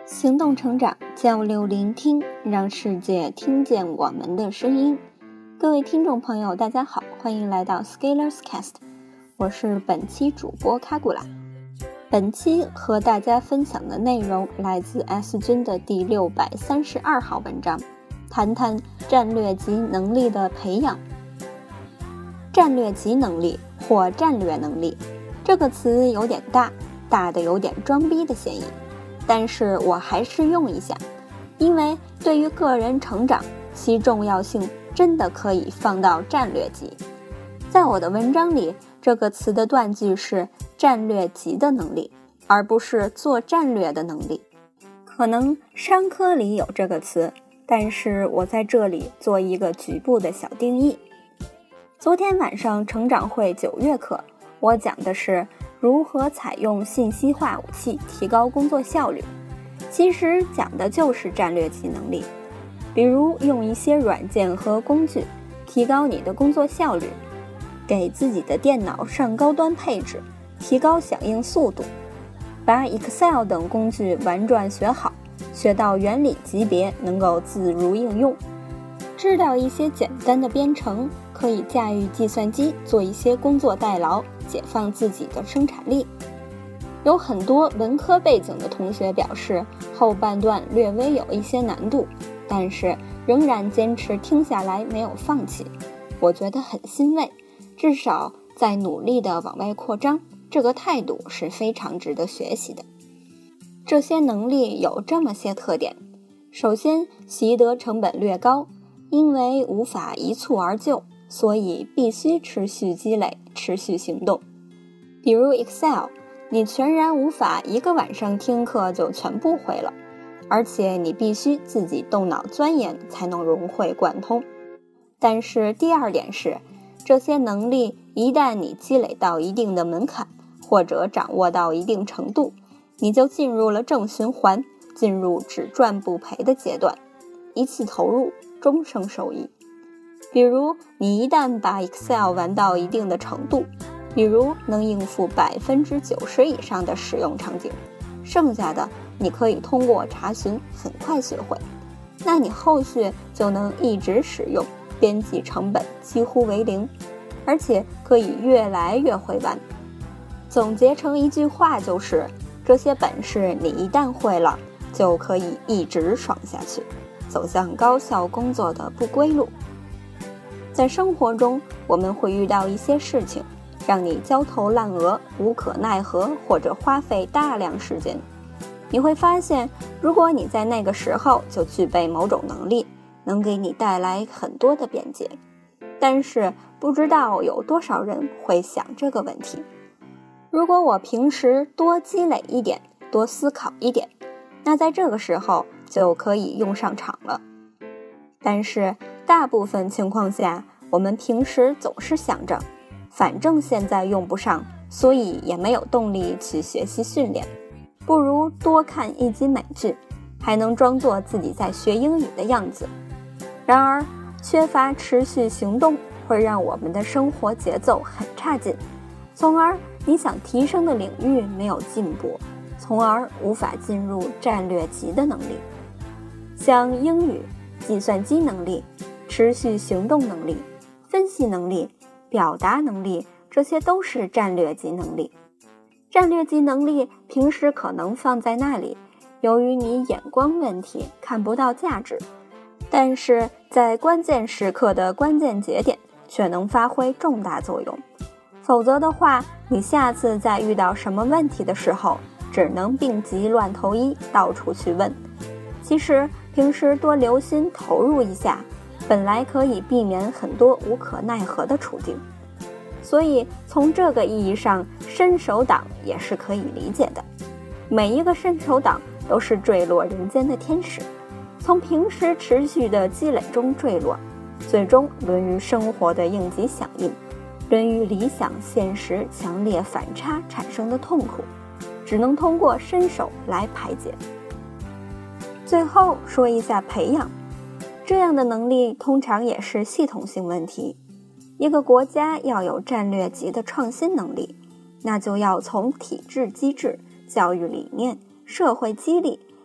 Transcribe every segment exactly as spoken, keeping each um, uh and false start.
行动成长，交流聆听，让世界听见我们的声音。各位听众朋友大家好，欢迎来到 Scalers Cast， 我是本期主播卡古拉。本期和大家分享的内容来自 S 君的第六百三十二号文章，谈谈战略级能力的培养。战略级能力或战略能力这个词有点大，大的有点装逼的嫌疑，但是我还是用一下，因为对于个人成长，其重要性真的可以放到战略级。在我的文章里，这个词的断句是战略级的能力，而不是做战略的能力。可能商科里有这个词，但是我在这里做一个局部的小定义。昨天晚上成长会九月课，我讲的是如何采用信息化武器提高工作效率，其实讲的就是战略级能力，比如用一些软件和工具提高你的工作效率，给自己的电脑上高端配置，提高响应速度，把 Excel 等工具玩转学好，学到原理级别能够自如应用，知道一些简单的编程，可以驾驭计算机做一些工作代劳，解放自己的生产力。有很多文科背景的同学表示后半段略微有一些难度，但是仍然坚持听下来，没有放弃，我觉得很欣慰，至少在努力的往外扩张，这个态度是非常值得学习的。这些能力有这么些特点，首先习得成本略高，因为无法一蹴而就，所以必须持续积累，持续行动。比如 Excel， 你全然无法一个晚上听课就全部会了，而且你必须自己动脑钻研才能融会贯通。但是第二点是，这些能力一旦你积累到一定的门槛，或者掌握到一定程度，你就进入了正循环，进入只赚不赔的阶段，一次投入，终生收益。比如你一旦把 Excel 玩到一定的程度，比如能应付 百分之九十 以上的使用场景，剩下的你可以通过查询很快学会，那你后续就能一直使用，边际成本几乎为零，而且可以越来越会玩。总结成一句话就是，这些本事你一旦会了，就可以一直爽下去，走向高效工作的不归路。在生活中，我们会遇到一些事情，让你焦头烂额，无可奈何，或者花费大量时间。你会发现，如果你在那个时候就具备某种能力，能给你带来很多的便捷。但是不知道有多少人会想这个问题，如果我平时多积累一点，多思考一点，那在这个时候就可以用上场了。但是大部分情况下，我们平时总是想着反正现在用不上，所以也没有动力去学习训练，不如多看一集美剧，还能装作自己在学英语的样子。然而缺乏持续行动会让我们的生活节奏很差劲，从而你想提升的领域没有进步，从而无法进入战略级的能力。像英语、计算机能力、持续行动能力、分析能力、表达能力，这些都是战略级能力。战略级能力平时可能放在那里，由于你眼光问题看不到价值，但是在关键时刻的关键节点却能发挥重大作用。否则的话，你下次在遇到什么问题的时候，只能病急乱投医，到处去问。其实平时多留心投入一下，本来可以避免很多无可奈何的处境。所以从这个意义上，伸手党也是可以理解的。每一个伸手党都是坠落人间的天使，从平时持续的积累中坠落，最终沦于生活的应急响应，沦于理想现实强烈反差产生的痛苦，只能通过伸手来排解。最后说一下培养，这样的能力通常也是系统性问题。一个国家要有战略级的创新能力，那就要从体制机制、教育理念、社会激励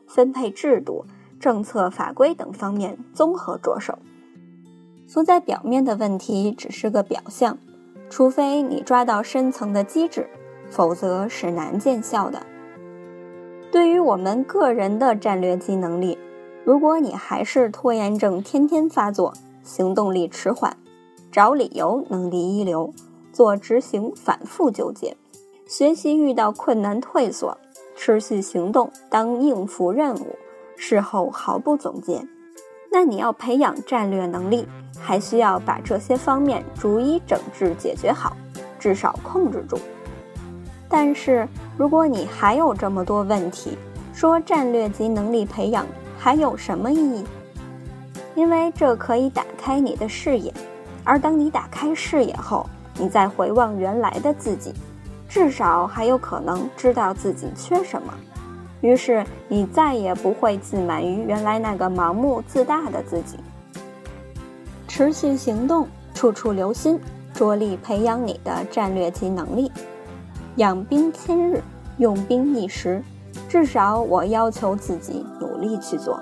分配制度、政策法规等方面综合着手。浮在表面的问题只是个表象，除非你抓到深层的机制，否则是难见效的。对于我们个人的战略级能力，如果你还是拖延症天天发作，行动力迟缓，找理由能力一流，做执行反复纠结，学习遇到困难退缩，持续行动当应付任务，事后毫不总结，那你要培养战略能力，还需要把这些方面逐一整治解决好，至少控制住。但是如果你还有这么多问题，说战略级能力培养还有什么意义？因为这可以打开你的视野，而当你打开视野后，你再回望原来的自己，至少还有可能知道自己缺什么，于是你再也不会自满于原来那个盲目自大的自己。持续行动，处处留心，着力培养你的战略级能力。养兵千日，用兵一时，至少我要求自己努力去做。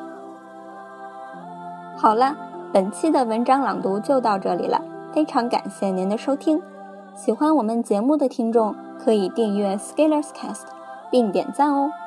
好了，本期的文章朗读就到这里了，非常感谢您的收听。喜欢我们节目的听众可以订阅 Scalerscast 并点赞哦。